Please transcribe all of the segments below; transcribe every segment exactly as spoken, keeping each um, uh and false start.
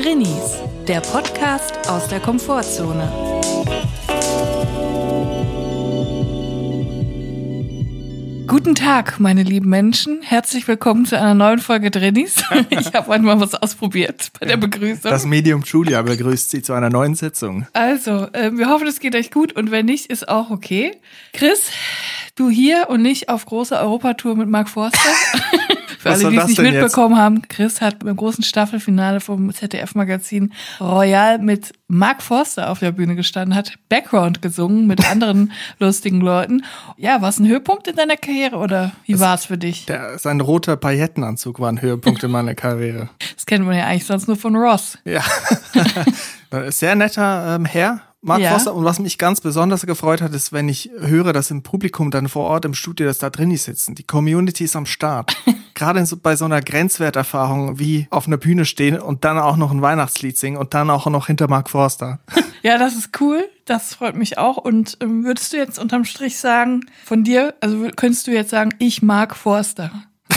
Drinnies, der Podcast aus der Komfortzone. Guten Tag, meine lieben Menschen. Herzlich willkommen zu einer neuen Folge Drinnies. Ich habe heute mal was ausprobiert bei der Begrüßung. Das Medium Julia begrüßt Sie zu einer neuen Sitzung. Also, äh, wir hoffen, es geht euch gut und wenn nicht, ist auch okay. Chris, du hier und nicht auf großer Europatour mit Mark Forster. Für alle, die es nicht mitbekommen haben, Chris hat beim großen Staffelfinale vom Z D F-Magazin Royal mit Mark Forster auf der Bühne gestanden, hat Background gesungen mit anderen lustigen Leuten. Ja, war es ein Höhepunkt in deiner Karriere oder wie war es für dich? Der, sein roter Paillettenanzug war ein Höhepunkt in meiner Karriere. Das kennt man ja eigentlich sonst nur von Ross. Ja, sehr netter ähm, Herr. Mark ja. Forster. Und was mich ganz besonders gefreut hat, ist, wenn ich höre, dass im Publikum dann vor Ort im Studio, dass da drin sitzen. Die Community ist am Start. Gerade so, bei so einer Grenzwerterfahrung wie auf einer Bühne stehen und dann auch noch ein Weihnachtslied singen und dann auch noch hinter Mark Forster. Ja, das ist cool. Das freut mich auch. Und ähm, würdest du jetzt unterm Strich sagen, von dir, also könntest du jetzt sagen, ich mag Forster?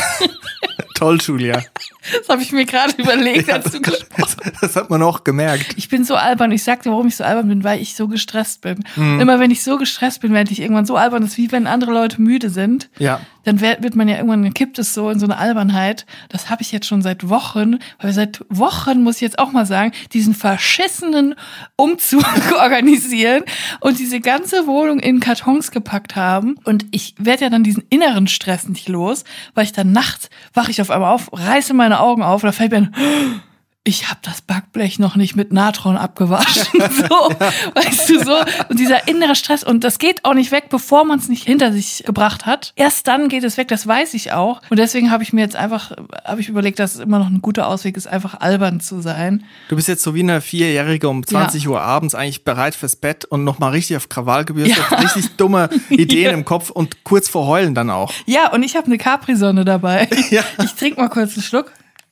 Toll, Julia. Das habe ich mir gerade überlegt, ja, als du gesprochen hast. Das hat man auch gemerkt. Ich bin so albern. Ich sag dir, warum ich so albern bin, weil ich so gestresst bin. Mhm. Immer wenn ich so gestresst bin, werde ich irgendwann so albern, das ist wie wenn andere Leute müde sind. Ja. Dann wird man ja irgendwann, dann kippt es so in so eine Albernheit. Das habe ich jetzt schon seit Wochen, weil seit Wochen, muss ich jetzt auch mal sagen, diesen verschissenen Umzug organisieren und diese ganze Wohnung in Kartons gepackt haben. Und ich werde ja dann diesen inneren Stress nicht los, weil ich dann nachts wache ich auf einmal auf, reiße meine Augen auf, da fällt mir ein, ich habe das Backblech noch nicht mit Natron abgewaschen. So, ja. Weißt du, so. Und dieser innere Stress. Und das geht auch nicht weg, bevor man es nicht hinter sich gebracht hat. Erst dann geht es weg, das weiß ich auch. Und deswegen habe ich mir jetzt einfach, habe ich überlegt, dass es immer noch ein guter Ausweg ist, einfach albern zu sein. Du bist jetzt so wie eine Vierjährige um zwanzig ja. Uhr abends eigentlich bereit fürs Bett und nochmal richtig auf Krawall gebürstet, ja. richtig dumme Ideen ja. im Kopf und kurz vor Heulen dann auch. Ja, und ich habe eine Capri-Sonne dabei. Ja. Ich trinke mal kurz einen Schluck.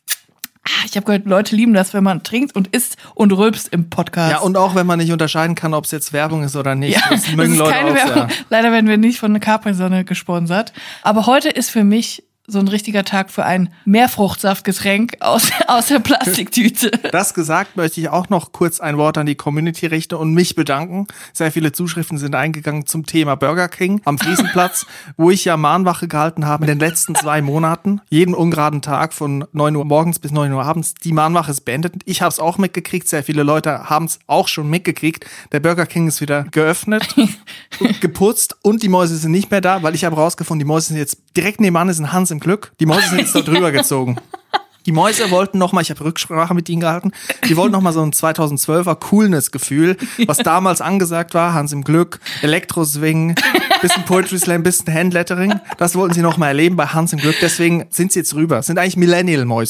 Ich habe gehört, Leute lieben das, wenn man trinkt und isst und rülpst im Podcast. Ja, und auch wenn man nicht unterscheiden kann, ob es jetzt Werbung ist oder nicht. Ja, das mögen das ist Leute keine auch Werbung. sehr. Leider werden wir nicht von der Capri-Sonne gesponsert. Aber heute ist für mich so ein richtiger Tag für ein Meerfruchtsaftgetränk aus, aus der Plastiktüte. Das gesagt, möchte ich auch noch kurz ein Wort an die Community richten und mich bedanken. Sehr viele Zuschriften sind eingegangen zum Thema Burger King am Friesenplatz, wo ich ja Mahnwache gehalten habe in den letzten zwei Monaten. Jeden ungeraden Tag von neun Uhr morgens bis neun Uhr abends. Die Mahnwache ist beendet. Ich habe es auch mitgekriegt. Sehr viele Leute haben es auch schon mitgekriegt. Der Burger King ist wieder geöffnet, geputzt und die Mäuse sind nicht mehr da, weil ich habe rausgefunden, die Mäuse sind jetzt direkt nebenan, ist ein Hans im Glück. Die Mäuse sind jetzt da drüber gezogen. Die Mäuse wollten nochmal, ich habe Rücksprache mit ihnen gehalten, die wollten nochmal so ein zweitausendzwölfer Coolness-Gefühl, was damals angesagt war, Hans im Glück, Elektro-Swing, bisschen Poetry Slam, bisschen Handlettering. Das wollten sie nochmal erleben bei Hans im Glück, deswegen sind sie jetzt rüber. Sind eigentlich Millennial-Mäuse.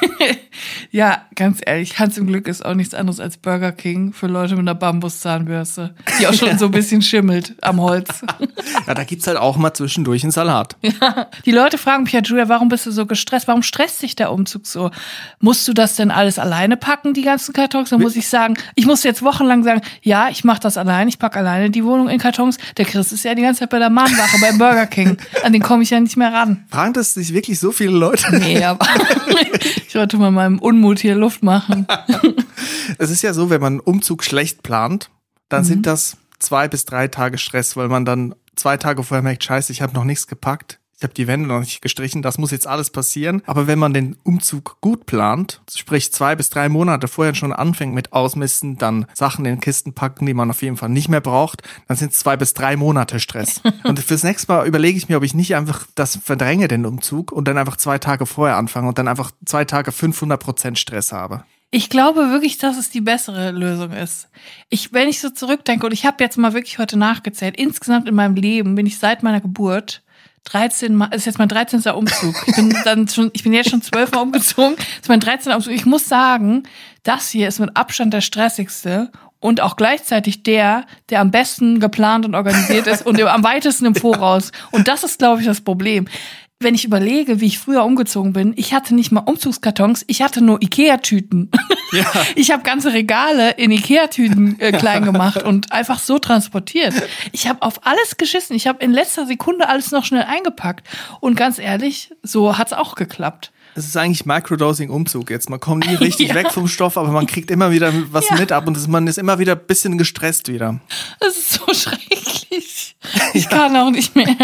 Ja, ganz ehrlich, Hans im Glück ist auch nichts anderes als Burger King für Leute mit einer Bambuszahnbürste, die auch schon ja. so ein bisschen schimmelt am Holz. Ja, da gibt's halt auch mal zwischendurch einen Salat. Ja. Die Leute fragen mich ja, Julia, warum bist du so gestresst? Warum stresst dich der Umzug so? Musst du das denn alles alleine packen, die ganzen Kartons? Dann muss ich sagen, ich muss jetzt wochenlang sagen, ja, ich mache das allein, ich packe alleine die Wohnung in Kartons. Der Chris ist ja die ganze Zeit bei der Mahnwache beim Burger King. An den komme ich ja nicht mehr ran. Fragen das sich wirklich so viele Leute? Nee, aber ich wollte mal meinem Unmut hier Luft machen. Es ist ja so, wenn man einen Umzug schlecht plant, dann mhm. sind das zwei bis drei Tage Stress, weil man dann zwei Tage vorher merkt, scheiße, ich habe noch nichts gepackt, ich habe die Wände noch nicht gestrichen, das muss jetzt alles passieren. Aber wenn man den Umzug gut plant, sprich zwei bis drei Monate vorher schon anfängt mit Ausmisten, dann Sachen in Kisten packen, die man auf jeden Fall nicht mehr braucht, dann sind es zwei bis drei Monate Stress. Und fürs nächste Mal überlege ich mir, ob ich nicht einfach das verdränge, den Umzug, und dann einfach zwei Tage vorher anfange und dann einfach zwei Tage fünfhundert Prozent Stress habe. Ich glaube wirklich, dass es die bessere Lösung ist. Ich, wenn ich so zurückdenke, und ich habe jetzt mal wirklich heute nachgezählt, insgesamt in meinem Leben bin ich seit meiner Geburt dreizehn Mal, ist jetzt mein dreizehnter Umzug. Ich bin dann schon, ich bin jetzt schon zwölf Mal umgezogen. Das ist mein dreizehnter Umzug. Ich muss sagen, das hier ist mit Abstand der stressigste und auch gleichzeitig der, der am besten geplant und organisiert ist und am weitesten im Voraus. Und das ist, glaube ich, das Problem. wenn ich überlege, wie ich früher umgezogen bin, ich hatte nicht mal Umzugskartons, ich hatte nur Ikea-Tüten. Ja. Ich habe ganze Regale in Ikea-Tüten äh, klein gemacht und einfach so transportiert. Ich habe auf alles geschissen. Ich habe in letzter Sekunde alles noch schnell eingepackt. Und ganz ehrlich, so hat's auch geklappt. Es ist eigentlich Microdosing-Umzug jetzt. Man kommt nie richtig ja. weg vom Stoff, aber man kriegt immer wieder was ja. mit ab und man ist immer wieder ein bisschen gestresst wieder. Das ist so schrecklich. Ich ja. kann auch nicht mehr.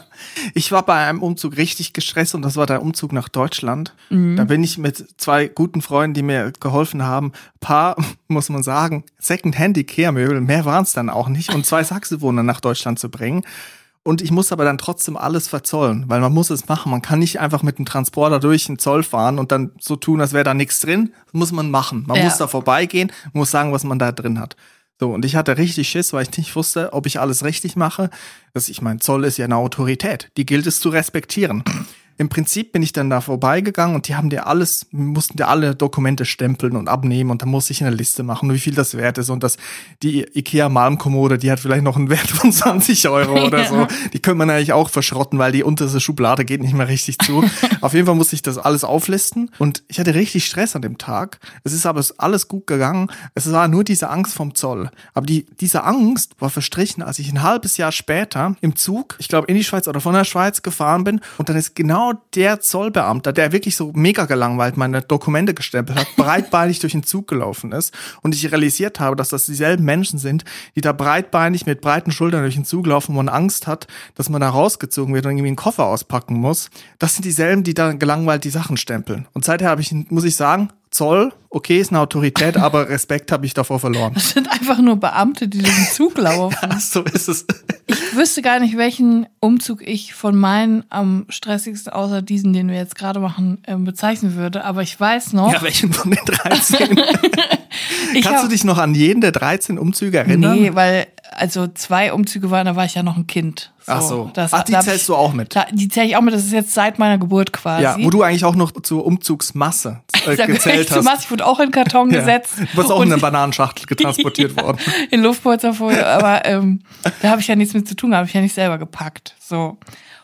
Ich war bei einem Umzug richtig gestresst und das war der Umzug nach Deutschland. Mhm. Da bin ich mit zwei guten Freunden, die mir geholfen haben, paar, muss man sagen, Second-Hand-Ikea-Möbel, mehr waren es dann auch nicht, und zwei Sachsenwohner nach Deutschland zu bringen. Und ich muss aber dann trotzdem alles verzollen, weil man muss es machen. Man kann nicht einfach mit dem Transporter durch den Zoll fahren und dann so tun, als wäre da nichts drin. Das muss man machen. Man ja. muss da vorbeigehen, muss sagen, was man da drin hat. So, und ich hatte richtig Schiss, weil ich nicht wusste, ob ich alles richtig mache. Das, ich meine, Zoll ist ja eine Autorität. Die gilt es zu respektieren. Im Prinzip bin ich dann da vorbeigegangen und die haben dir alles, mussten dir alle Dokumente stempeln und abnehmen und dann musste ich eine Liste machen, wie viel das wert ist und das, die Ikea-Malmkommode, die hat vielleicht noch einen Wert von zwanzig Euro oder so. Die könnte man eigentlich auch verschrotten, weil die unterste Schublade geht nicht mehr richtig zu. Auf jeden Fall musste ich das alles auflisten und ich hatte richtig Stress an dem Tag. Es ist aber alles gut gegangen. Es war nur diese Angst vom Zoll. Aber die, diese Angst war verstrichen, als ich ein halbes Jahr später im Zug, ich glaube in die Schweiz oder von der Schweiz gefahren bin und dann ist genau der Zollbeamter, der wirklich so mega gelangweilt meine Dokumente gestempelt hat, breitbeinig durch den Zug gelaufen ist und ich realisiert habe, dass das dieselben Menschen sind, die da breitbeinig mit breiten Schultern durch den Zug laufen, wo man Angst hat, dass man da rausgezogen wird und irgendwie einen Koffer auspacken muss. Das sind dieselben, die da gelangweilt die Sachen stempeln. Und seither habe ich, muss ich sagen, Zoll, okay, ist eine Autorität, aber Respekt habe ich davor verloren. Das sind einfach nur Beamte, die durch den Zug laufen. Ja, so ist es. Ich wüsste gar nicht, welchen Umzug ich von meinen am stressigsten, außer diesen, den wir jetzt gerade machen, bezeichnen würde. Aber ich weiß noch... Ja, welchen von den dreizehn? Kannst hab, du dich noch an jeden der dreizehn Umzüge erinnern? Nee, weil also zwei Umzüge waren, da war ich ja noch ein Kind. So, Ach so. Das, Ach, die zählst ich, du auch mit? Da, die zähle ich auch mit. Das ist jetzt seit meiner Geburt quasi. Ja, wo du eigentlich auch noch zur Umzugsmasse äh, gezählt hast. Masse, ich wurde auch in den Karton ja. gesetzt. Du bist auch in eine Bananenschachtel getransportiert ja, worden. In Luftpolsterfolie. Aber ähm, da habe ich ja nichts mit zu tun. Da habe ich ja nicht selber gepackt. So.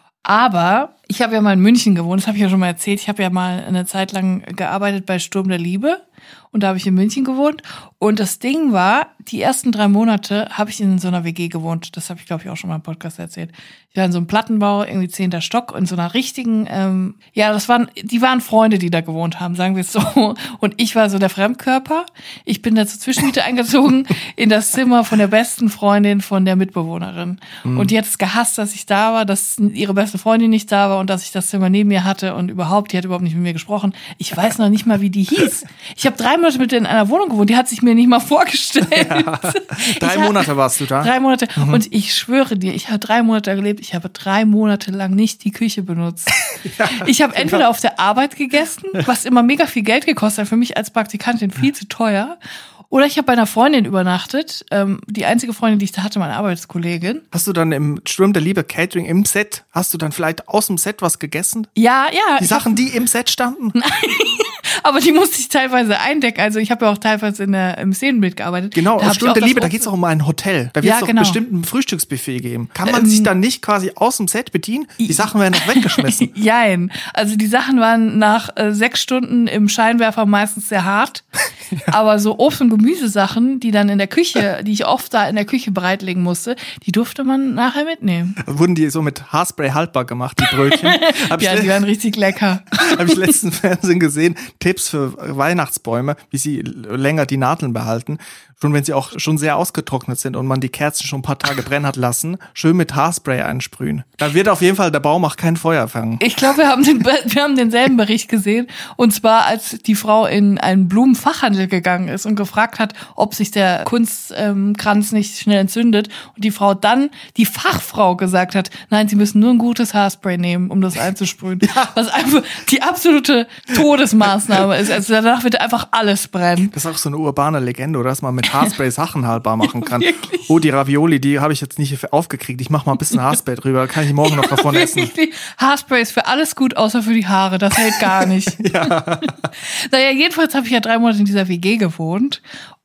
Aber ich habe ja mal in München gewohnt. Das habe ich ja schon mal erzählt. Ich habe ja mal eine Zeit lang gearbeitet bei Sturm der Liebe. Und da habe ich in München gewohnt. Und das Ding war, die ersten drei Monate habe ich in so einer W G gewohnt. Das habe ich, glaube ich, auch schon mal im Podcast erzählt. Ich war in so einem Plattenbau, irgendwie zehnter Stock, in so einer richtigen, ähm, ja, das waren, die waren Freunde, die da gewohnt haben, sagen wir es so. Und ich war so der Fremdkörper. Ich bin da zur Zwischenmiete eingezogen in das Zimmer von der besten Freundin von der Mitbewohnerin. Mhm. Und die hat es gehasst, dass ich da war, dass ihre beste Freundin nicht da war und dass ich das Zimmer neben mir hatte und überhaupt, die hat überhaupt nicht mit mir gesprochen. Ich weiß noch nicht mal, wie die hieß. Ich habe drei Monate mit der in einer Wohnung gewohnt, die hat sich mir nicht mal vorgestellt. Ja. Drei ich Monate hab, warst du da? Drei Monate. Mhm. Und ich schwöre dir, ich habe drei Monate gelebt, ich habe drei Monate lang nicht die Küche benutzt. Ja, ich habe entweder genau. auf der Arbeit gegessen, was immer mega viel Geld gekostet hat, für mich als Praktikantin viel zu teuer. Oder ich habe bei einer Freundin übernachtet, ähm, die einzige Freundin, die ich da hatte, meine Arbeitskollegin. Hast du dann im Sturm der Liebe Catering im Set, hast du dann vielleicht aus dem Set was gegessen? Ja, ja. Die Sachen, hab... die im Set standen? Nein. Aber die musste ich teilweise eindecken. Also ich habe ja auch teilweise in der, im Szenenbild gearbeitet. Genau, auf Sturm der Liebe, da geht es auch um ein Hotel. Da wird es ja, doch genau. bestimmt ein Frühstücksbuffet geben. Kann man ähm, sich dann nicht quasi aus dem Set bedienen? Die Sachen werden noch weggeschmissen. Jein. Also die Sachen waren nach äh, sechs Stunden im Scheinwerfer meistens sehr hart. Ja. Aber so Obst- und Gemüsesachen, die dann in der Küche, die ich oft da in der Küche bereitlegen musste, die durfte man nachher mitnehmen. Wurden die so mit Haarspray haltbar gemacht, die Brötchen? Ja, die waren richtig lecker. Habe ich letzten Fernsehen gesehen. Tipps für Weihnachtsbäume, wie sie länger die Nadeln behalten. Schon wenn sie auch schon sehr ausgetrocknet sind und man die Kerzen schon ein paar Tage brennen hat lassen, schön mit Haarspray einsprühen. Da wird auf jeden Fall der Baum auch kein Feuer fangen. Ich glaube, wir haben den, wir haben denselben Bericht gesehen. Und zwar, als die Frau in einen Blumenfachhandel gegangen ist und gefragt hat, ob sich der Kunstkranz nicht schnell entzündet. Und die Frau dann, die Fachfrau gesagt hat, nein, sie müssen nur ein gutes Haarspray nehmen, um das einzusprühen. Ja. Was einfach die absolute Todesmaßnahme ist. Also danach wird einfach alles brennen. Das ist auch so eine urbane Legende, oder? Dass man mit Haarspray Sachen haltbar machen kann. Ja, oh, die Ravioli, die habe ich jetzt nicht aufgekriegt. Ich mache mal ein bisschen Haarspray drüber. Kann ich morgen noch davon essen. Haarspray ist für alles gut, außer für die Haare. Das hält gar nicht. Ja. Naja, jedenfalls habe ich ja drei Monate in dieser W G gewohnt.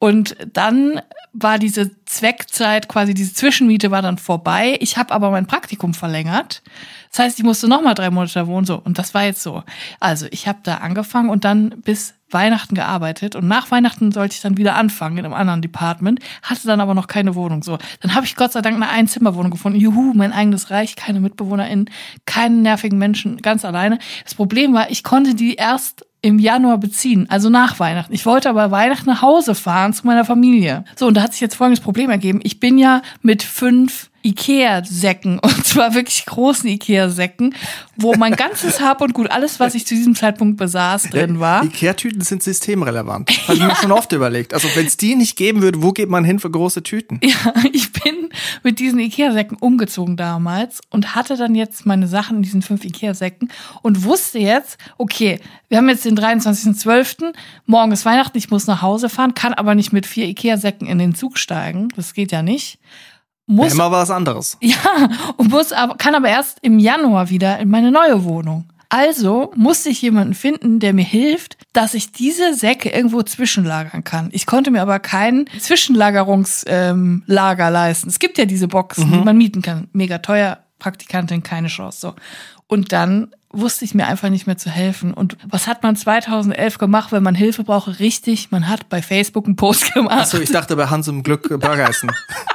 Und dann war diese Zweckzeit, quasi diese Zwischenmiete war dann vorbei. Ich habe aber mein Praktikum verlängert. Das heißt, ich musste noch mal drei Monate da wohnen. So. Und das war jetzt so. Also ich habe da angefangen und dann bis Weihnachten gearbeitet. Und nach Weihnachten sollte ich dann wieder anfangen in einem anderen Department. Hatte dann aber noch keine Wohnung. So, dann habe ich Gott sei Dank eine Einzimmerwohnung gefunden. Juhu, mein eigenes Reich, keine MitbewohnerInnen, keinen nervigen Menschen, ganz alleine. Das Problem war, ich konnte die erst im Januar beziehen, also nach Weihnachten. Ich wollte aber Weihnachten nach Hause fahren zu meiner Familie. So, und da hat sich jetzt folgendes Problem ergeben. Ich bin ja mit fünf Ikea-Säcken, und zwar wirklich großen Ikea-Säcken, wo mein ganzes Hab und Gut, alles, was ich zu diesem Zeitpunkt besaß, drin war. Ikea-Tüten sind systemrelevant. Habe ich mir schon oft überlegt. Also wenn es die nicht geben würde, wo geht man hin für große Tüten? Ja, ich bin mit diesen Ikea-Säcken umgezogen damals und hatte dann jetzt meine Sachen in diesen fünf Ikea-Säcken und wusste jetzt, okay, wir haben jetzt den dreiundzwanzigsten zwölften morgen ist Weihnachten, ich muss nach Hause fahren, kann aber nicht mit vier Ikea-Säcken in den Zug steigen. Das geht ja nicht. Muss, immer was anderes. Ja, und muss aber, kann aber erst im Januar wieder in meine neue Wohnung. Also musste ich jemanden finden, der mir hilft, dass ich diese Säcke irgendwo zwischenlagern kann. Ich konnte mir aber kein Zwischenlagerungslager ähm, leisten. Es gibt ja diese Boxen, mhm. die man mieten kann. Mega teuer, Praktikantin, keine Chance. So. Und dann wusste ich mir einfach nicht mehr zu helfen. Und was hat man zweitausendelf gemacht, wenn man Hilfe brauche? Richtig, man hat bei Facebook einen Post gemacht. Achso, ich dachte bei Hans im Glück Burger essen.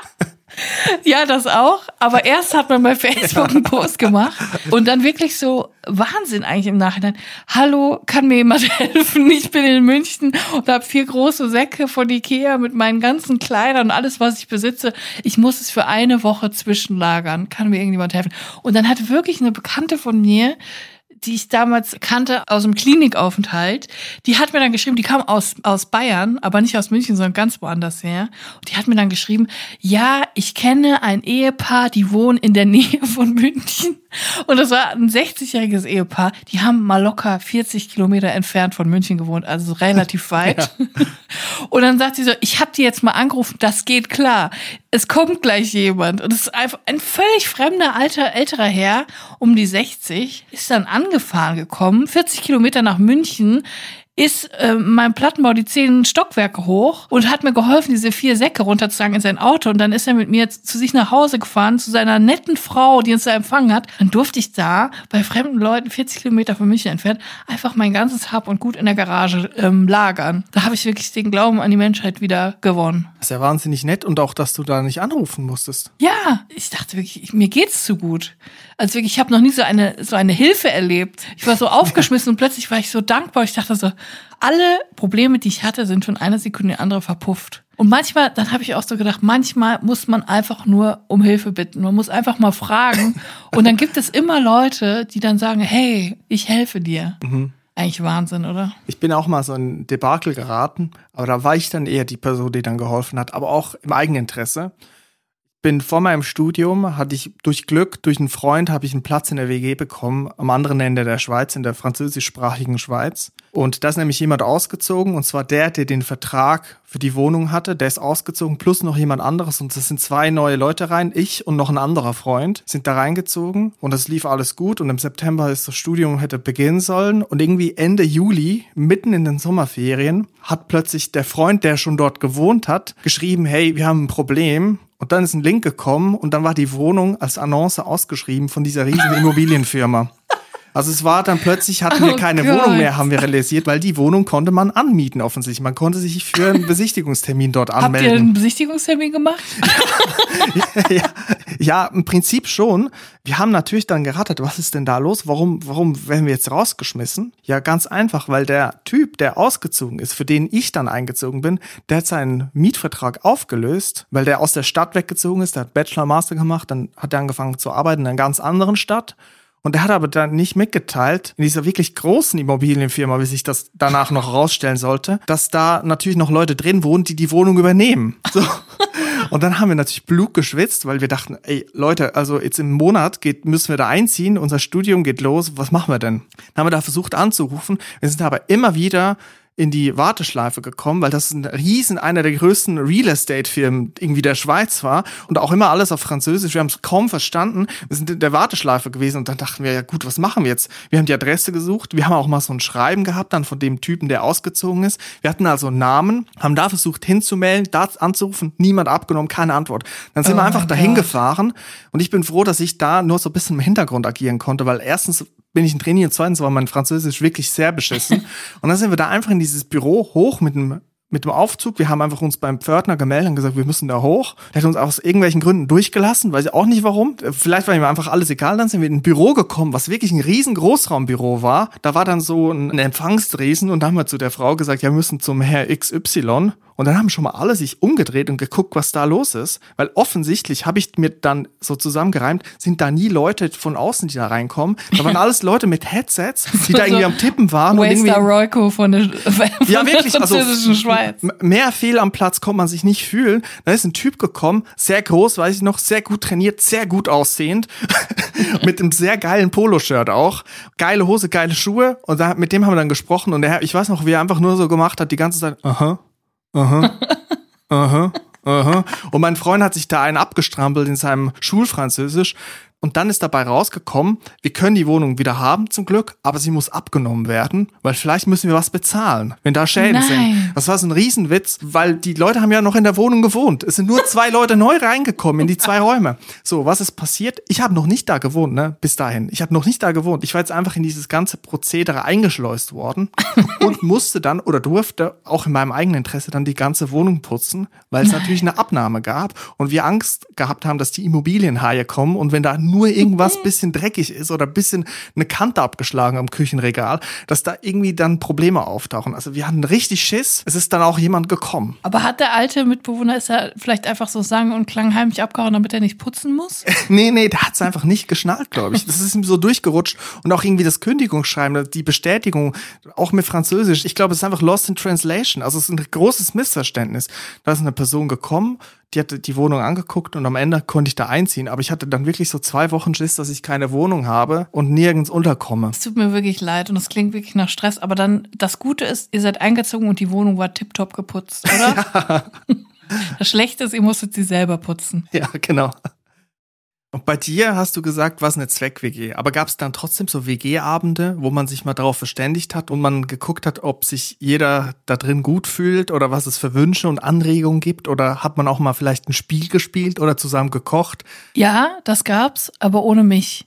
Ja, das auch. Aber erst hat man bei Facebook einen Post gemacht und dann wirklich so Wahnsinn eigentlich im Nachhinein. Hallo, kann mir jemand helfen? Ich bin in München und habe vier große Säcke von Ikea mit meinen ganzen Kleidern und alles, was ich besitze. Ich muss es für eine Woche zwischenlagern. Kann mir irgendjemand helfen? Und dann hat wirklich eine Bekannte von mir, die ich damals kannte aus dem Klinikaufenthalt, die hat mir dann geschrieben, die kam aus aus Bayern, aber nicht aus München, sondern ganz woanders her. Und die hat mir dann geschrieben, ja, ich kenne ein Ehepaar, die wohnen in der Nähe von München. Und das war ein sechzigjähriges Ehepaar, die haben mal locker vierzig Kilometer entfernt von München gewohnt, also relativ weit. Ja. Und dann sagt sie so, ich habe die jetzt mal angerufen, das geht klar. Es kommt gleich jemand. Und es ist einfach ein völlig fremder, alter, älterer Herr, um die sechzig, ist dann angefahren gekommen, vierzig Kilometer nach München, ist äh, mein Plattenbau die zehn Stockwerke hoch und hat mir geholfen, diese vier Säcke runterzutragen in sein Auto. Und dann ist er mit mir zu sich nach Hause gefahren, zu seiner netten Frau, die uns da empfangen hat. Dann durfte ich da bei fremden Leuten, vierzig Kilometer von München entfernt, einfach mein ganzes Hab und Gut in der Garage ähm, lagern. Da habe ich wirklich den Glauben an die Menschheit wieder gewonnen. Das ist ja wahnsinnig nett und auch, dass du da nicht anrufen musstest. Ja, ich dachte wirklich, ich, mir geht's zu gut. Also wirklich, ich habe noch nie so eine so eine Hilfe erlebt. Ich war so aufgeschmissen und plötzlich war ich so dankbar. Ich dachte so, alle Probleme, die ich hatte, sind von einer Sekunde in die andere verpufft. Und manchmal, dann habe ich auch so gedacht, manchmal muss man einfach nur um Hilfe bitten. Man muss einfach mal fragen. Und dann gibt es immer Leute, die dann sagen, hey, ich helfe dir. Mhm. Eigentlich Wahnsinn, oder? Ich bin auch mal so in Debakel geraten, aber da war ich dann eher die Person, die dann geholfen hat, aber auch im Eigeninteresse. Bin vor meinem Studium, hatte ich durch Glück, durch einen Freund, habe ich einen Platz in der W G bekommen, am anderen Ende der Schweiz, in der französischsprachigen Schweiz. Und da ist nämlich jemand ausgezogen, und zwar der, der den Vertrag für die Wohnung hatte, der ist ausgezogen, plus noch jemand anderes. Und das sind zwei neue Leute rein, ich und noch ein anderer Freund, sind da reingezogen. Und das lief alles gut. Und im September ist das Studium hätte beginnen sollen. Und irgendwie Ende Juli, mitten in den Sommerferien, hat plötzlich der Freund, der schon dort gewohnt hat, geschrieben, hey, wir haben ein Problem. Und dann ist ein Link gekommen und dann war die Wohnung als Annonce ausgeschrieben von dieser riesigen Immobilienfirma. Also es war dann plötzlich, hatten wir keine oh Wohnung mehr, haben wir realisiert, weil die Wohnung konnte man anmieten offensichtlich. Man konnte sich für einen Besichtigungstermin dort anmelden. Habt ihr einen Besichtigungstermin gemacht? ja, ja, ja, im Prinzip schon. Wir haben natürlich dann gerattert, was ist denn da los? Warum, warum werden wir jetzt rausgeschmissen? Ja, ganz einfach, weil der Typ, der ausgezogen ist, für den ich dann eingezogen bin, der hat seinen Mietvertrag aufgelöst, weil der aus der Stadt weggezogen ist, der hat Bachelor, Master gemacht, dann hat er angefangen zu arbeiten in einer ganz anderen Stadt. Und er hat aber dann nicht mitgeteilt, in dieser wirklich großen Immobilienfirma, wie sich das danach noch herausstellen sollte, dass da natürlich noch Leute drin wohnen, die die Wohnung übernehmen. So. Und dann haben wir natürlich Blut geschwitzt, weil wir dachten, ey Leute, also jetzt im Monat geht, müssen wir da einziehen, unser Studium geht los, was machen wir denn? Dann haben wir da versucht anzurufen, wir sind aber immer wieder in die Warteschleife gekommen, weil das ein riesen, einer der größten Real Estate-Firmen irgendwie der Schweiz war und auch immer alles auf Französisch. Wir haben es kaum verstanden. Wir sind in der Warteschleife gewesen und dann dachten wir, ja gut, was machen wir jetzt? Wir haben die Adresse gesucht. Wir haben auch mal so ein Schreiben gehabt dann von dem Typen, der ausgezogen ist. Wir hatten also einen Namen, haben da versucht hinzumelden, da anzurufen, niemand abgenommen, keine Antwort. Dann sind Oh wir einfach mein dahin Gott. gefahren und ich bin froh, dass ich da nur so ein bisschen im Hintergrund agieren konnte, weil erstens bin ich ein Trainee und zweitens war mein Französisch wirklich sehr beschissen. Und dann sind wir da einfach in dieses Büro hoch mit dem, mit dem Aufzug. Wir haben einfach uns beim Pförtner gemeldet und gesagt, wir müssen da hoch. Der hat uns aus irgendwelchen Gründen durchgelassen, weiß ich auch nicht warum. Vielleicht war ihm einfach alles egal. Dann sind wir in ein Büro gekommen, was wirklich ein riesen Großraumbüro war. Da war dann so ein Empfangsdresen und da haben wir zu der Frau gesagt, ja, wir müssen zum Herr X Y. Und dann haben schon mal alle sich umgedreht und geguckt, was da los ist. Weil offensichtlich, habe ich mir dann so zusammengereimt, sind da nie Leute von außen, die da reinkommen. Da waren alles Leute mit Headsets, die da irgendwie am Tippen waren. Waster Royco von der, von ja, wirklich, der französischen also, Schweiz. m- mehr fehl am Platz konnte man sich nicht fühlen. Da ist ein Typ gekommen, sehr groß, weiß ich noch, sehr gut trainiert, sehr gut aussehend, mit einem sehr geilen Poloshirt auch. Geile Hose, geile Schuhe. Und da, mit dem haben wir dann gesprochen. Und der, ich weiß noch, wie er einfach nur so gemacht hat, die ganze Zeit, aha. Aha, aha, aha. Und mein Freund hat sich da einen abgestrampelt in seinem Schulfranzösisch. Und dann ist dabei rausgekommen, wir können die Wohnung wieder haben zum Glück, aber sie muss abgenommen werden, weil vielleicht müssen wir was bezahlen, wenn da Schäden Nein. sind. Das war so ein Riesenwitz, weil die Leute haben ja noch in der Wohnung gewohnt. Es sind nur zwei Leute neu reingekommen in die zwei Räume. So, was ist passiert? Ich habe noch nicht da gewohnt, ne? Bis dahin. Ich habe noch nicht da gewohnt. Ich war jetzt einfach in dieses ganze Prozedere eingeschleust worden und musste dann oder durfte auch in meinem eigenen Interesse dann die ganze Wohnung putzen, weil es natürlich eine Abnahme gab und wir Angst gehabt haben, dass die Immobilienhaie kommen und wenn da nur irgendwas bisschen dreckig ist oder bisschen eine Kante abgeschlagen am Küchenregal, dass da irgendwie dann Probleme auftauchen. Also wir hatten richtig Schiss. Es ist dann auch jemand gekommen. Aber hat der alte Mitbewohner, ist er vielleicht einfach so sang- und klangheimlich abgehauen, damit er nicht putzen muss? Nee, nee, der hat's einfach nicht geschnallt, glaube ich. Das ist ihm so durchgerutscht. Und auch irgendwie das Kündigungsschreiben, die Bestätigung, auch mit Französisch. Ich glaube, es ist einfach lost in translation. Also es ist ein großes Missverständnis. Da ist eine Person gekommen, die hatte die Wohnung angeguckt und am Ende konnte ich da einziehen. Aber ich hatte dann wirklich so zwei Wochen Schiss, dass ich keine Wohnung habe und nirgends unterkomme. Es tut mir wirklich leid und es klingt wirklich nach Stress. Aber dann, das Gute ist, ihr seid eingezogen und die Wohnung war tipptopp geputzt, oder? Ja. Das Schlechte ist, ihr musstet sie selber putzen. Ja, genau. Und bei dir hast du gesagt, war es eine Zweck-W G. Aber gab es dann trotzdem so W G-Abende, wo man sich mal darauf verständigt hat und man geguckt hat, ob sich jeder da drin gut fühlt oder was es für Wünsche und Anregungen gibt? Oder hat man auch mal vielleicht ein Spiel gespielt oder zusammen gekocht? Ja, das gab's, aber ohne mich.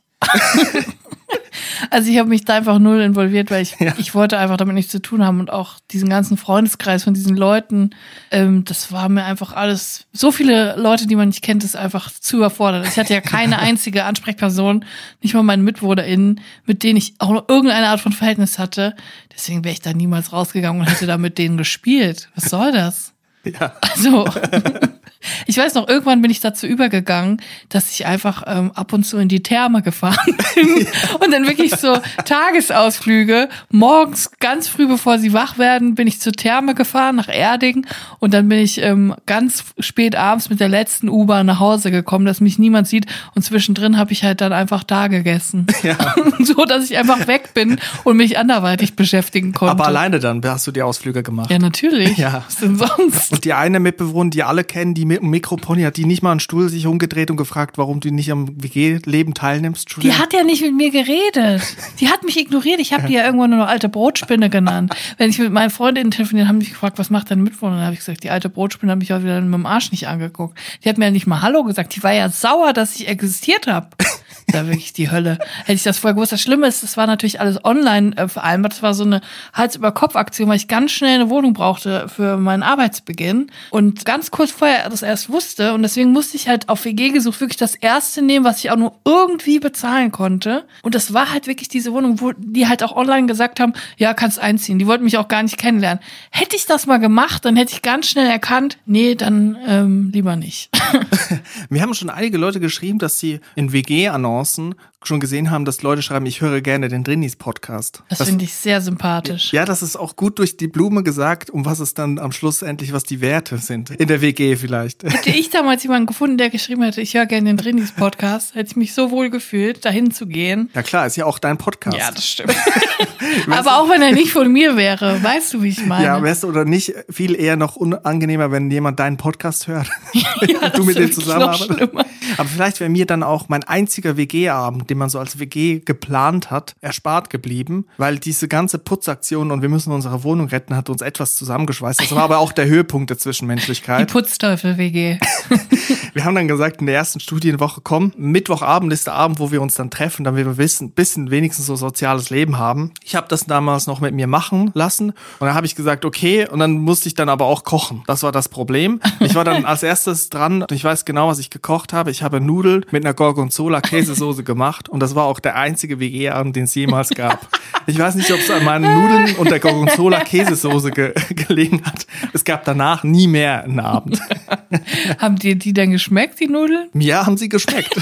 Also ich habe mich da einfach null involviert, weil ich, ja. ich wollte einfach damit nichts zu tun haben und auch diesen ganzen Freundeskreis von diesen Leuten, ähm, das war mir einfach alles, so viele Leute, die man nicht kennt, ist einfach zu überfordert. Ich hatte ja keine einzige Ansprechperson, nicht mal meine MitwohnerInnen, mit denen ich auch noch irgendeine Art von Verhältnis hatte. Deswegen wäre ich da niemals rausgegangen und hätte da mit denen gespielt. Was soll das? Ja. Also, ich weiß noch, irgendwann bin ich dazu übergegangen, dass ich einfach ähm, ab und zu in die Therme gefahren bin und dann wirklich so Tagesausflüge. Morgens ganz früh, bevor sie wach werden, bin ich zur Therme gefahren, nach Erding und dann bin ich ähm, ganz spät abends mit der letzten U-Bahn nach Hause gekommen, dass mich niemand sieht und zwischendrin habe ich halt dann einfach da gegessen. Ja. So, dass ich einfach weg bin und mich anderweitig beschäftigen konnte. Aber alleine dann hast du die Ausflüge gemacht? Ja, natürlich. Ja. Was denn sonst? Und die eine Mitbewohnerin, die alle kennen, die mit dem Mikropony, hat die nicht mal einen Stuhl sich umgedreht und gefragt, warum du nicht am W G-Leben teilnimmst? Die hat ja nicht mit mir geredet. Die hat mich ignoriert. Ich habe die ja irgendwann nur noch alte Brotspinne genannt. Wenn ich mit meinen Freundinnen telefoniert, haben die mich gefragt, was macht deine Mitbewohnerin? Dann habe ich gesagt, die alte Brotspinne hat mich auch wieder mit dem Arsch nicht angeguckt. Die hat mir ja nicht mal Hallo gesagt. Die war ja sauer, dass ich existiert habe. Das war wirklich die Hölle. Hätte ich das vorher gewusst. Das Schlimme ist, das war natürlich alles online äh, vereinbart. Das war so eine Hals-über-Kopf-Aktion, weil ich ganz schnell eine Wohnung brauchte für meinen Arbeitsbeginn. Und ganz kurz vorher das erst wusste. Und deswegen musste ich halt auf W G gesucht wirklich das erste nehmen, was ich auch nur irgendwie bezahlen konnte. Und das war halt wirklich diese Wohnung, wo die halt auch online gesagt haben, ja, kannst einziehen. Die wollten mich auch gar nicht kennenlernen. Hätte ich das mal gemacht, dann hätte ich ganz schnell erkannt, nee, dann ähm, lieber nicht. Mir haben schon einige Leute geschrieben, dass sie in W G-Annoncen schon gesehen haben, dass Leute schreiben, ich höre gerne den Drinis-Podcast. Das, das finde ich sehr sympathisch. Ja, das ist auch gut durch die Blume gesagt, um was es dann am Schluss endlich, was die Werte sind. In der W G vielleicht. Hätte ich damals jemanden gefunden, der geschrieben hätte, ich höre gerne den Drinis-Podcast, hätte ich mich so wohl gefühlt, dahin zu gehen. Ja klar, ist ja auch dein Podcast. Ja, das stimmt. Aber auch wenn er nicht von mir wäre, weißt du, wie ich meine? Ja, wärst du oder nicht viel eher noch unangenehmer, wenn jemand deinen Podcast hört ja, und du mit dem zusammenarbeitest. Aber vielleicht wäre mir dann auch mein einziger W G-Abend, den man so als W G geplant hat, erspart geblieben, weil diese ganze Putzaktion und wir müssen unsere Wohnung retten, hat uns etwas zusammengeschweißt. Das war aber auch der Höhepunkt der Zwischenmenschlichkeit. Die Putzteufel-W G. Wir haben dann gesagt, in der ersten Studienwoche, komm, Mittwochabend ist der Abend, wo wir uns dann treffen, damit wir wissen, ein bisschen wenigstens so soziales Leben haben. Ich habe das damals noch mit mir machen lassen und dann habe ich gesagt, okay, und dann musste ich dann aber auch kochen. Das war das Problem. Ich war dann als erstes dran und ich weiß genau, was ich gekocht habe. Ich habe Nudeln mit einer Gorgonzola-Käsesoße gemacht und das war auch der einzige W G-Abend, den es jemals gab. Ich weiß nicht, ob es an meinen Nudeln und der Gorgonzola-Käsesoße ge- gelegen hat. Es gab danach nie mehr einen Abend. Haben dir die dann geschmeckt, die Nudeln? Ja, haben sie geschmeckt.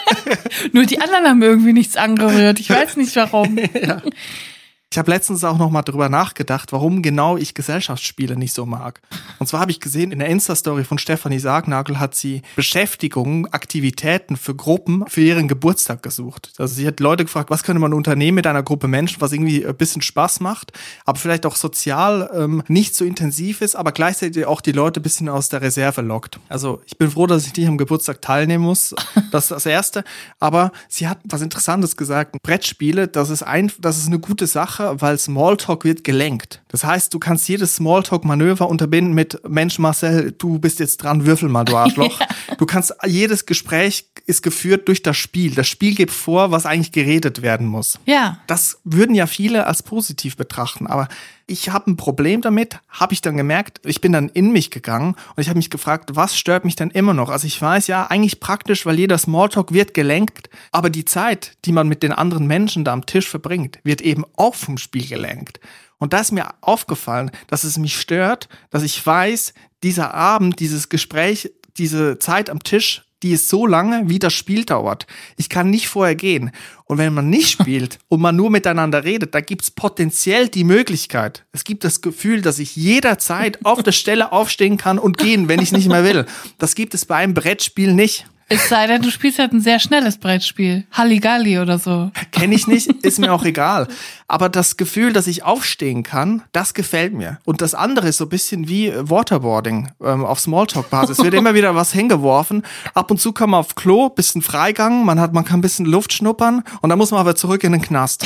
Nur die anderen haben irgendwie nichts angerührt. Ich weiß nicht, warum. Ja. Ich habe letztens auch noch mal drüber nachgedacht, warum genau ich Gesellschaftsspiele nicht so mag. Und zwar habe ich gesehen, in der Insta-Story von Stefanie Sargnagel hat sie Beschäftigungen, Aktivitäten für Gruppen für ihren Geburtstag gesucht. Also sie hat Leute gefragt, was könnte man unternehmen mit einer Gruppe Menschen, was irgendwie ein bisschen Spaß macht, aber vielleicht auch sozial ähm, nicht so intensiv ist, aber gleichzeitig auch die Leute ein bisschen aus der Reserve lockt. Also ich bin froh, dass ich nicht am Geburtstag teilnehmen muss. Das ist das Erste. Aber sie hat was Interessantes gesagt. Brettspiele, das ist, ein, das ist eine gute Sache, weil Smalltalk wird gelenkt. Das heißt, du kannst jedes Smalltalk-Manöver unterbinden mit Mensch Marcel, du bist jetzt dran, würfel mal, du Arschloch. Ja. Du kannst, jedes Gespräch ist geführt durch das Spiel. Das Spiel gibt vor, was eigentlich geredet werden muss. Ja. Das würden ja viele als positiv betrachten, aber ich habe ein Problem damit, habe ich dann gemerkt, ich bin dann in mich gegangen und ich habe mich gefragt, was stört mich denn immer noch? Also ich weiß ja, eigentlich praktisch, weil jeder Smalltalk wird gelenkt, aber die Zeit, die man mit den anderen Menschen da am Tisch verbringt, wird eben auch vom Spiel gelenkt. Und da ist mir aufgefallen, dass es mich stört, dass ich weiß, dieser Abend, dieses Gespräch, diese Zeit am Tisch, die ist so lange, wie das Spiel dauert. Ich kann nicht vorher gehen. Und wenn man nicht spielt und man nur miteinander redet, da gibt's potenziell die Möglichkeit. Es gibt das Gefühl, dass ich jederzeit auf der Stelle aufstehen kann und gehen, wenn ich nicht mehr will. Das gibt es bei einem Brettspiel nicht. Es sei denn, du spielst halt ein sehr schnelles Brettspiel. Halligalli oder so. Kenne ich nicht, ist mir auch egal. Aber das Gefühl, dass ich aufstehen kann, das gefällt mir. Und das andere ist so ein bisschen wie Waterboarding ähm, auf Smalltalk-Basis. Es wird immer wieder was hingeworfen. Ab und zu kann man auf Klo, bisschen Freigang, man hat, man kann ein bisschen Luft schnuppern und dann muss man aber zurück in den Knast.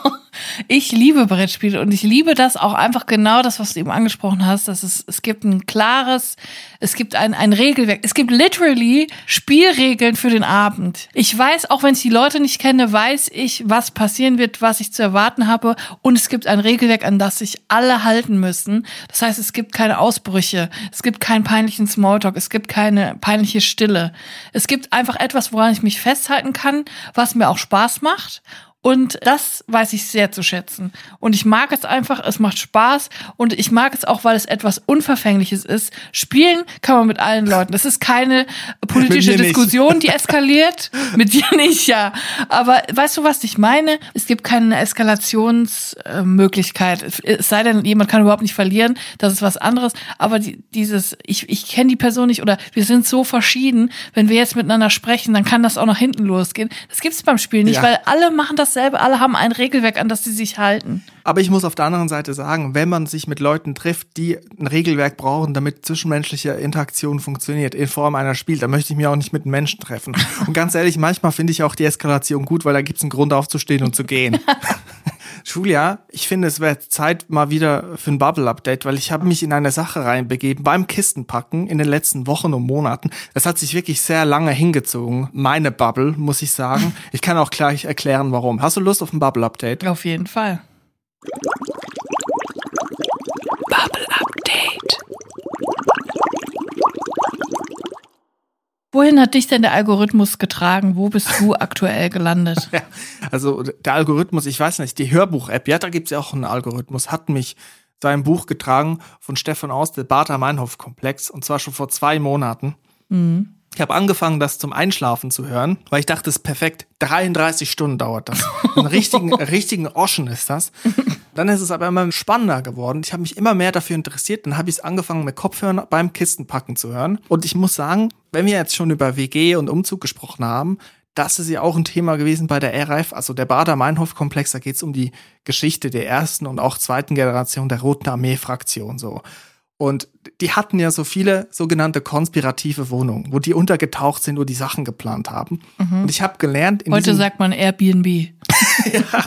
Ich liebe Brettspiele und ich liebe das auch einfach genau das, was du eben angesprochen hast, dass es, es gibt ein klares, es gibt ein, ein Regelwerk, es gibt literally Spielregeln für den Abend. Ich weiß, auch wenn ich die Leute nicht kenne, weiß ich, was passieren wird, was ich zu erwarten habe und es gibt ein Regelwerk, an das sich alle halten müssen. Das heißt, es gibt keine Ausbrüche, es gibt keinen peinlichen Smalltalk, es gibt keine peinliche Stille. Es gibt einfach etwas, woran ich mich festhalten kann, was mir auch Spaß macht. Und das weiß ich sehr zu schätzen. Und ich mag es einfach, es macht Spaß. Und ich mag es auch, weil es etwas Unverfängliches ist. Spielen kann man mit allen Leuten. Es ist keine politische Diskussion, die eskaliert. Mit dir nicht, ja. Aber weißt du, was ich meine? Es gibt keine Eskalationsmöglichkeit. Es sei denn, jemand kann überhaupt nicht verlieren. Das ist was anderes. Aber die, dieses, ich, ich kenne die Person nicht oder wir sind so verschieden. Wenn wir jetzt miteinander sprechen, dann kann das auch nach hinten losgehen. Das gibt es beim Spiel nicht, ja. Weil alle machen das selber, alle haben ein Regelwerk, an das sie sich halten. Aber ich muss auf der anderen Seite sagen, wenn man sich mit Leuten trifft, die ein Regelwerk brauchen, damit zwischenmenschliche Interaktion funktioniert, in Form einer Spiel, dann möchte ich mich auch nicht mit einem Menschen treffen. Und ganz ehrlich, manchmal finde ich auch die Eskalation gut, weil da gibt es einen Grund aufzustehen und zu gehen. Julia, ich finde, es wäre Zeit mal wieder für ein Bubble-Update, weil ich habe mich in eine Sache reinbegeben beim Kistenpacken in den letzten Wochen und Monaten. Das hat sich wirklich sehr lange hingezogen. Meine Bubble, muss ich sagen. Ich kann auch gleich erklären, warum. Hast du Lust auf ein Bubble-Update? Auf jeden Fall. Bubble-Update. Wohin hat dich denn der Algorithmus getragen? Wo bist du aktuell gelandet? Ja, also der Algorithmus, ich weiß nicht, die Hörbuch-App, ja, da gibt's ja auch einen Algorithmus, hat mich zu einem Buch getragen von Stefan Aus, der Baader-Meinhof-Komplex, und zwar schon vor zwei Monaten. Mhm. Ich habe angefangen, das zum Einschlafen zu hören, weil ich dachte, das ist perfekt. dreiunddreißig Stunden dauert das. Ein richtigen, richtigen Oschen ist das. Dann ist es aber immer spannender geworden. Ich habe mich immer mehr dafür interessiert. Dann habe ich es angefangen, mit Kopfhörern beim Kistenpacken zu hören. Und ich muss sagen, wenn wir jetzt schon über W G und Umzug gesprochen haben, das ist ja auch ein Thema gewesen bei der R A F, also der Baader-Meinhof-Komplex. Da geht es um die Geschichte der ersten und auch zweiten Generation der Roten Armee-Fraktion so. Und die hatten ja so viele sogenannte konspirative Wohnungen, wo die untergetaucht sind, wo die Sachen geplant haben. Mhm. Und ich habe gelernt... In Heute diesem sagt man Airbnb. Ja,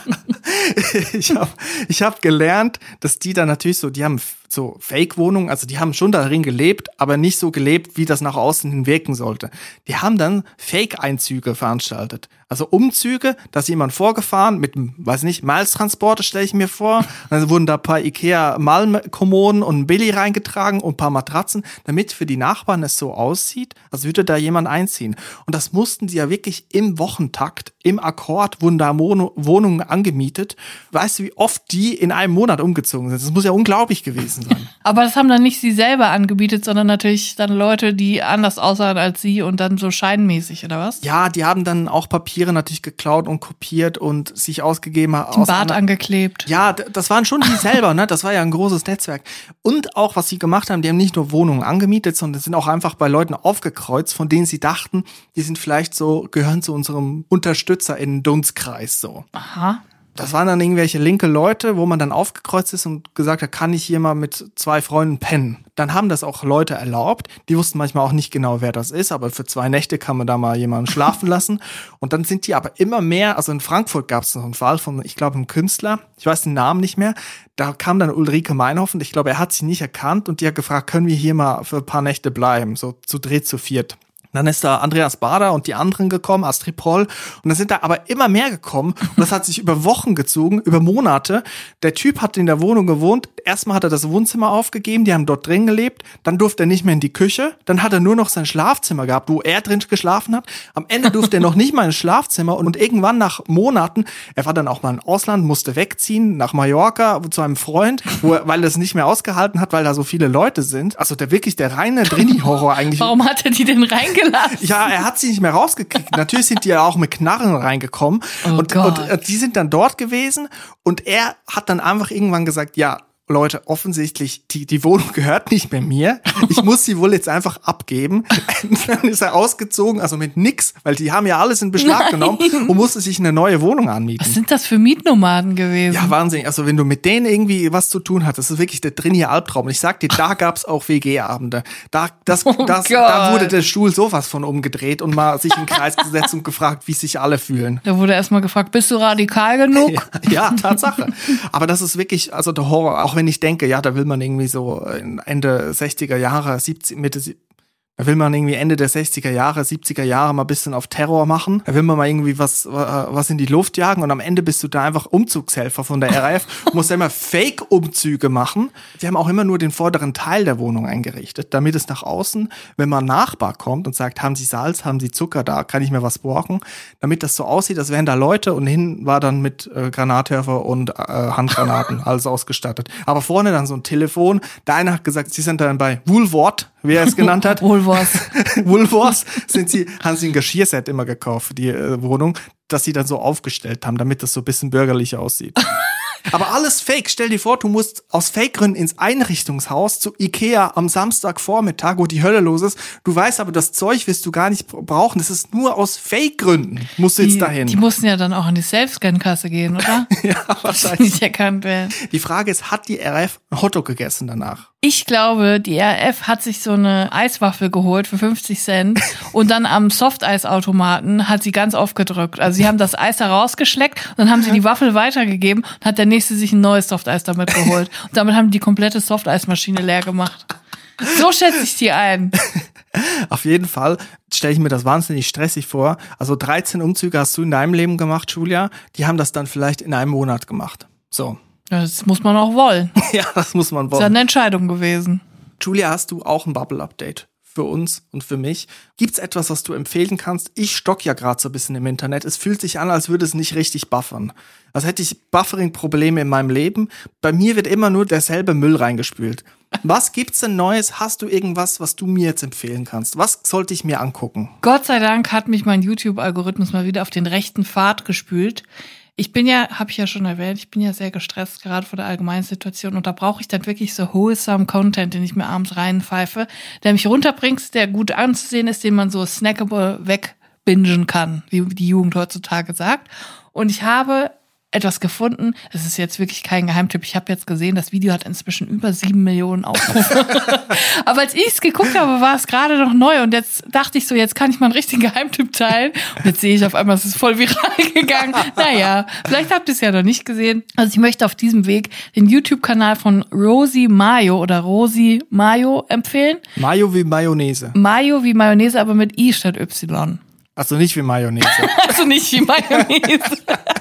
ich habe ich hab gelernt, dass die da natürlich so, die haben so Fake-Wohnungen, also die haben schon darin gelebt, aber nicht so gelebt, wie das nach außen hin wirken sollte. Die haben dann Fake-Einzüge veranstaltet. Also Umzüge, da ist jemand vorgefahren mit, weiß nicht, Miles-Transporter, stelle ich mir vor. Dann wurden da ein paar Ikea-Malm-Kommoden und ein Billy reingetragen und ein paar Matratzen, damit für die Nachbarn es so aussieht, als würde da jemand einziehen. Und das mussten sie ja wirklich im Wochentakt, im Akkord, wurden da Wohnungen angemietet. Weißt du, wie oft die in einem Monat umgezogen sind? Das muss ja unglaublich gewesen sein. Aber das haben dann nicht sie selber angebietet, sondern natürlich dann Leute, die anders aussahen als sie und dann so scheinmäßig, oder was? Ja, die haben dann auch Papiere natürlich geklaut und kopiert und sich ausgegeben. Den Bart angeklebt. Ja, das waren schon die selber, ne? Das war ja ein großes Netzwerk. Und auch, was sie gemacht haben, die haben nicht nur Wohnungen angemietet, sondern sind auch einfach bei Leuten aufgekreuzt, von denen sie dachten, die sind vielleicht so, gehören zu unserem UnterstützerInnen-Dunstkreis, so. Aha. Das waren dann irgendwelche linke Leute, wo man dann aufgekreuzt ist und gesagt hat, kann ich hier mal mit zwei Freunden pennen. Dann haben das auch Leute erlaubt. Die wussten manchmal auch nicht genau, wer das ist, aber für zwei Nächte kann man da mal jemanden schlafen lassen. Und dann sind die aber immer mehr, also in Frankfurt gab es noch einen Fall von, ich glaube, einem Künstler, ich weiß den Namen nicht mehr, da kam dann Ulrike Meinhof und ich glaube, er hat sie nicht erkannt und die hat gefragt, können wir hier mal für ein paar Nächte bleiben, so zu dritt, zu viert. Dann ist da Andreas Baader und die anderen gekommen, Astrid Proll. Und dann sind da aber immer mehr gekommen. Und das hat sich über Wochen gezogen, über Monate. Der Typ hat in der Wohnung gewohnt. Erstmal hat er das Wohnzimmer aufgegeben. Die haben dort drin gelebt. Dann durfte er nicht mehr in die Küche. Dann hat er nur noch sein Schlafzimmer gehabt, wo er drin geschlafen hat. Am Ende durfte er noch nicht mal ins Schlafzimmer. Und irgendwann nach Monaten, er war dann auch mal im Ausland, musste wegziehen nach Mallorca zu einem Freund, wo er, weil er es nicht mehr ausgehalten hat, weil da so viele Leute sind. Also der wirklich der reine Drini-Horror eigentlich. Warum hat er die denn reingelassen? Ja, er hat sie nicht mehr rausgekriegt. Natürlich sind die ja auch mit Knarren reingekommen. Oh und, Gott. und die sind dann dort gewesen. Und er hat dann einfach irgendwann gesagt, ja, Leute, offensichtlich, die, die Wohnung gehört nicht mehr mir. Ich muss sie wohl jetzt einfach abgeben. Dann ist er ausgezogen, also mit nix, weil die haben ja alles in Beschlag Nein. genommen und musste sich eine neue Wohnung anmieten. Was sind das für Mietnomaden gewesen? Ja, wahnsinnig. Also wenn du mit denen irgendwie was zu tun hast, das ist wirklich der drinne Albtraum. Und ich sag dir, da gab's auch W G-Abende. Da, das, Oh das, da wurde der Stuhl sowas von umgedreht und mal sich in den Kreis gesetzt und gefragt, wie sich alle fühlen. Da wurde erstmal gefragt, bist du radikal genug? Ja, ja, Tatsache. Aber das ist wirklich, also der Horror. Auch wenn ich denke, ja, da will man irgendwie so Ende sechziger Jahre, siebzig, Mitte, da will man irgendwie Ende der sechziger Jahre, siebziger Jahre mal ein bisschen auf Terror machen. Da will man mal irgendwie was, was in die Luft jagen und am Ende bist du da einfach Umzugshelfer von der R A F. Musst ja immer Fake-Umzüge machen. Die haben auch immer nur den vorderen Teil der Wohnung eingerichtet, damit es nach außen, wenn man Nachbar kommt und sagt, haben Sie Salz, haben Sie Zucker da, kann ich mir was borgen? Damit das so aussieht, als wären da Leute und hinten war dann mit äh, Granatwerfer und äh, Handgranaten alles ausgestattet. Aber vorne dann so ein Telefon. Der eine hat gesagt, Sie sind dann bei Woolworth, wie er es genannt hat. Woolworth. Woolworth sind sie, haben sie ein Geschirrset immer gekauft für die äh, Wohnung, das sie dann so aufgestellt haben, damit das so ein bisschen bürgerlich aussieht. Aber alles fake. Stell dir vor, du musst aus Fake-Gründen ins Einrichtungshaus zu Ikea am Samstagvormittag, wo die Hölle los ist. Du weißt aber, das Zeug wirst du gar nicht brauchen. Das ist nur aus Fake-Gründen. Musst du jetzt Die, dahin. die mussten ja dann auch an die Self-Scan-Kasse gehen, oder? Ja, wahrscheinlich. Nicht erkannt werden. Die Frage ist, hat die R A F ein Hotdog gegessen danach? Ich glaube, die R A F hat sich so eine Eiswaffel geholt für fünfzig Cent und dann am Softeisautomaten hat sie ganz aufgedrückt. Also sie haben das Eis da rausgeschleckt und dann haben sie die Waffel weitergegeben und hat der Nächste sich ein neues Softeis damit geholt. Und damit haben die die komplette Softeismaschine leer gemacht. So schätze ich die ein. Auf jeden Fall stelle ich mir das wahnsinnig stressig vor. Also dreizehn Umzüge hast du in deinem Leben gemacht, Julia. Die haben das dann vielleicht in einem Monat gemacht. So. Das muss man auch wollen. Ja, das muss man wollen. Das ist eine Entscheidung gewesen. Julia, hast du auch ein Bubble-Update für uns und für mich? Gibt's etwas, was du empfehlen kannst? Ich stock ja gerade so ein bisschen im Internet. Es fühlt sich an, als würde es nicht richtig buffern. Als hätte ich Buffering-Probleme in meinem Leben. Bei mir wird immer nur derselbe Müll reingespült. Was gibt's denn Neues? Hast du irgendwas, was du mir jetzt empfehlen kannst? Was sollte ich mir angucken? Gott sei Dank hat mich mein YouTube-Algorithmus mal wieder auf den rechten Pfad gespült. Ich bin ja, habe ich ja schon erwähnt, ich bin ja sehr gestresst, gerade vor der allgemeinen Situation. Und da brauche ich dann wirklich so wholesome Content, den ich mir abends reinpfeife, der mich runterbringt, der gut anzusehen ist, den man so snackable wegbingen kann, wie die Jugend heutzutage sagt. Und ich habe etwas gefunden. Es ist jetzt wirklich kein Geheimtipp. Ich habe jetzt gesehen, das Video hat inzwischen über sieben Millionen Aufrufe. Aber als ich es geguckt habe, war es gerade noch neu. Und jetzt dachte ich so, jetzt kann ich mal einen richtigen Geheimtipp teilen. Und jetzt sehe ich auf einmal, es ist voll viral gegangen. Naja, vielleicht habt ihr es ja noch nicht gesehen. Also ich möchte auf diesem Weg den YouTube-Kanal von Rosie Mayo oder Rosie Mayo empfehlen. Mayo wie Mayonnaise. Mayo wie Mayonnaise, aber mit I statt Y. Also nicht wie Mayonnaise. Also nicht wie Mayonnaise.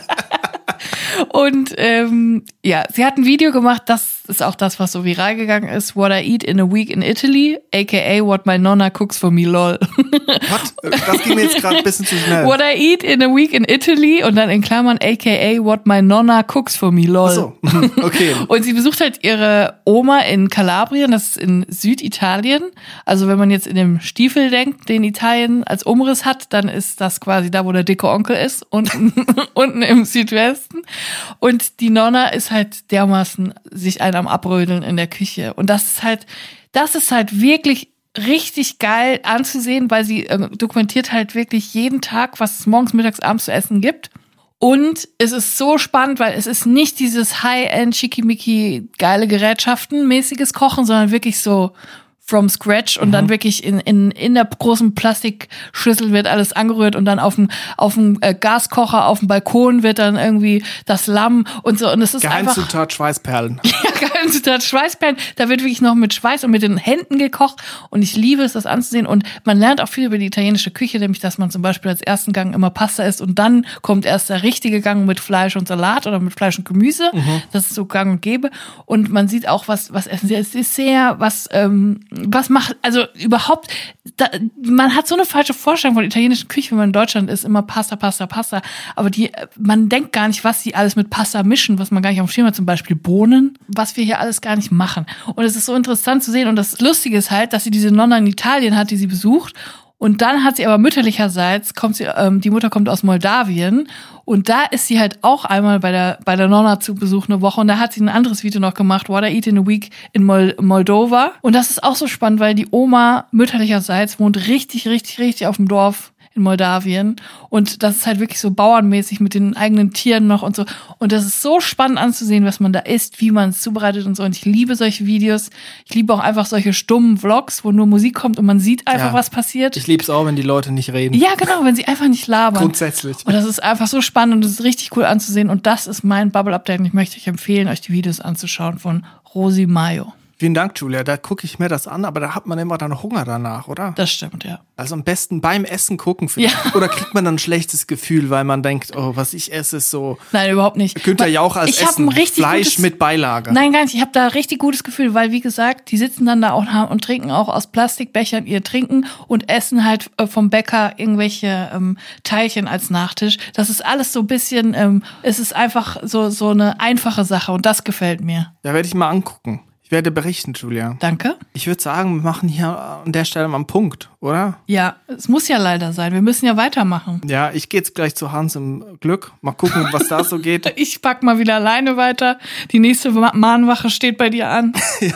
Und ähm, ja, sie hat ein Video gemacht, das ist auch das, was so viral gegangen ist. What I eat in a week in Italy, aka What my nonna cooks for me, lol. What? Das ging mir jetzt gerade ein bisschen zu schnell. What I eat in a week in Italy und dann in Klammern aka What my nonna cooks for me, lol. Ach so, okay. Und sie besucht halt ihre Oma in Kalabrien, das ist in Süditalien. Also wenn man jetzt in dem Stiefel denkt, den Italien als Umriss hat, dann ist das quasi da, wo der dicke Onkel ist, unten, unten im Südwesten. Und die Nonna ist halt dermaßen sich ein am Abrödeln in der Küche. Und das ist halt, das ist halt wirklich richtig geil anzusehen, weil sie äh, dokumentiert halt wirklich jeden Tag, was es morgens, mittags, abends zu essen gibt. Und es ist so spannend, weil es ist nicht dieses High-End, schickimicki, geile Gerätschaften mäßiges Kochen, sondern wirklich so from scratch und mhm. dann wirklich in in in der großen Plastikschüssel wird alles angerührt und dann auf dem auf dem äh, Gaskocher auf dem Balkon wird dann irgendwie das Lamm und so und es ist einfach Geheimzutat Schweißperlen. Ja, Geheimzutat Schweißperlen, da wird wirklich noch mit Schweiß und mit den Händen gekocht und ich liebe es, das anzusehen und man lernt auch viel über die italienische Küche, nämlich dass man zum Beispiel als ersten Gang immer Pasta isst und dann kommt erst der richtige Gang mit Fleisch und Salat oder mit Fleisch und Gemüse, mhm. das ist so gang und gäbe und man sieht auch, was was essen sie als Dessert, was ähm, was macht, also überhaupt, da, man hat so eine falsche Vorstellung von der italienischen Küche, wenn man in Deutschland ist, immer Pasta, Pasta, Pasta, aber die, man denkt gar nicht, was sie alles mit Pasta mischen, was man gar nicht auf dem Schirm hat, zum Beispiel Bohnen, was wir hier alles gar nicht machen. Und es ist so interessant zu sehen und das Lustige ist halt, dass sie diese Nonna in Italien hat, die sie besucht und dann hat sie aber mütterlicherseits, kommt sie, ähm, die Mutter kommt aus Moldawien und da ist sie halt auch einmal bei der bei der Nonna zu Besuch eine Woche und da hat sie ein anderes Video noch gemacht, What I Eat in a Week in Mol- Moldova. Und das ist auch so spannend, weil die Oma mütterlicherseits wohnt richtig, richtig, richtig auf dem Dorf in Moldawien und das ist halt wirklich so bauernmäßig mit den eigenen Tieren noch und so und das ist so spannend anzusehen, was man da isst, wie man es zubereitet und so und ich liebe solche Videos, ich liebe auch einfach solche stummen Vlogs, wo nur Musik kommt und man sieht einfach, ja, was passiert. Ich liebe es auch, wenn die Leute nicht reden. Ja, genau, wenn sie einfach nicht labern. Grundsätzlich. Und das ist einfach so spannend und das ist richtig cool anzusehen und das ist mein Bubble-Update und ich möchte euch empfehlen, euch die Videos anzuschauen von Rosie Mayo. Vielen Dank, Julia. Da gucke ich mir das an, aber da hat man immer dann Hunger danach, oder? Das stimmt, ja. Also am besten beim Essen gucken. Ja. Oder kriegt man dann ein schlechtes Gefühl, weil man denkt, oh, was ich esse, ist so... Nein, überhaupt nicht. Günther Jauch als ich Essen, Fleisch gutes, mit Beilage. Nein, gar nicht. Ich habe da richtig gutes Gefühl, weil, wie gesagt, die sitzen dann da auch und trinken auch aus Plastikbechern ihr Trinken und essen halt vom Bäcker irgendwelche ähm, Teilchen als Nachtisch. Das ist alles so ein bisschen, ähm, es ist einfach so, so eine einfache Sache und das gefällt mir. Ja, werde ich mal angucken. Ich werde berichten, Julia. Danke. Ich würde sagen, wir machen hier an der Stelle mal einen Punkt, oder? Ja, es muss ja leider sein. Wir müssen ja weitermachen. Ja, ich gehe jetzt gleich zu Hans im Glück. Mal gucken, was da so geht. Ich pack mal wieder alleine weiter. Die nächste Mahnwache steht bei dir an. Ja.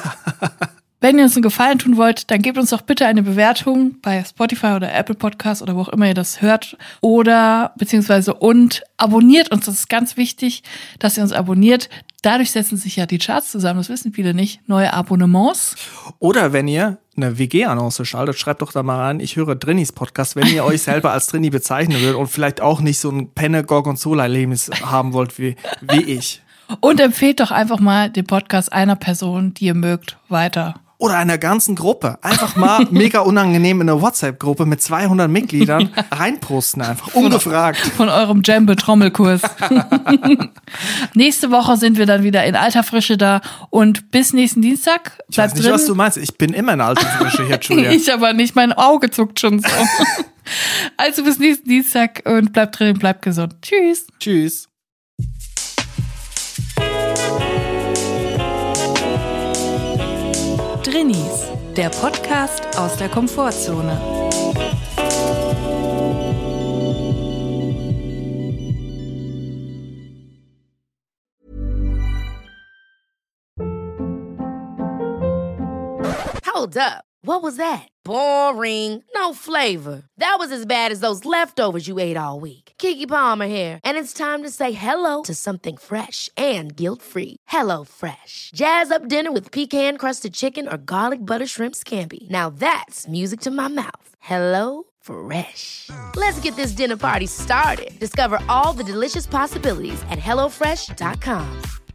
Wenn ihr uns einen Gefallen tun wollt, dann gebt uns doch bitte eine Bewertung bei Spotify oder Apple Podcast oder wo auch immer ihr das hört. Oder beziehungsweise und abonniert uns. Das ist ganz wichtig, dass ihr uns abonniert. Dadurch setzen sich ja die Charts zusammen, das wissen viele nicht. Neue Abonnements. Oder wenn ihr eine W G-Annonce schaltet, schreibt doch da mal rein, ich höre Drinnis Podcast, wenn ihr euch selber als Drini bezeichnen würdet und vielleicht auch nicht so ein Penne Gorgonzola-Erlebnis haben wollt wie, wie ich. Und empfehlt doch einfach mal den Podcast einer Person, die ihr mögt, weiter. Oder einer ganzen Gruppe. Einfach mal mega unangenehm in eine WhatsApp-Gruppe mit zweihundert Mitgliedern ja. reinposten einfach, ungefragt. Von, von eurem Djembe-Trommelkurs. Nächste Woche sind wir dann wieder in alter Frische da und bis nächsten Dienstag. Ich weiß nicht, drin. Was du meinst. Ich bin immer in alter Frische hier, Julia. Ich aber nicht, mein Auge zuckt schon so. Also bis nächsten Dienstag und bleibt drin, bleibt gesund. Tschüss. Tschüss. Drinis, der Podcast aus der Komfortzone. Hold up. What was that? Boring. No flavor. That was as bad as those leftovers you ate all week. Keke Palmer here, and it's time to say hello to something fresh and guilt-free. Hello Fresh. Jazz up dinner with pecan-crusted chicken or garlic butter shrimp scampi. Now that's music to my mouth. Hello Fresh. Let's get this dinner party started. Discover all the delicious possibilities at hello fresh dot com.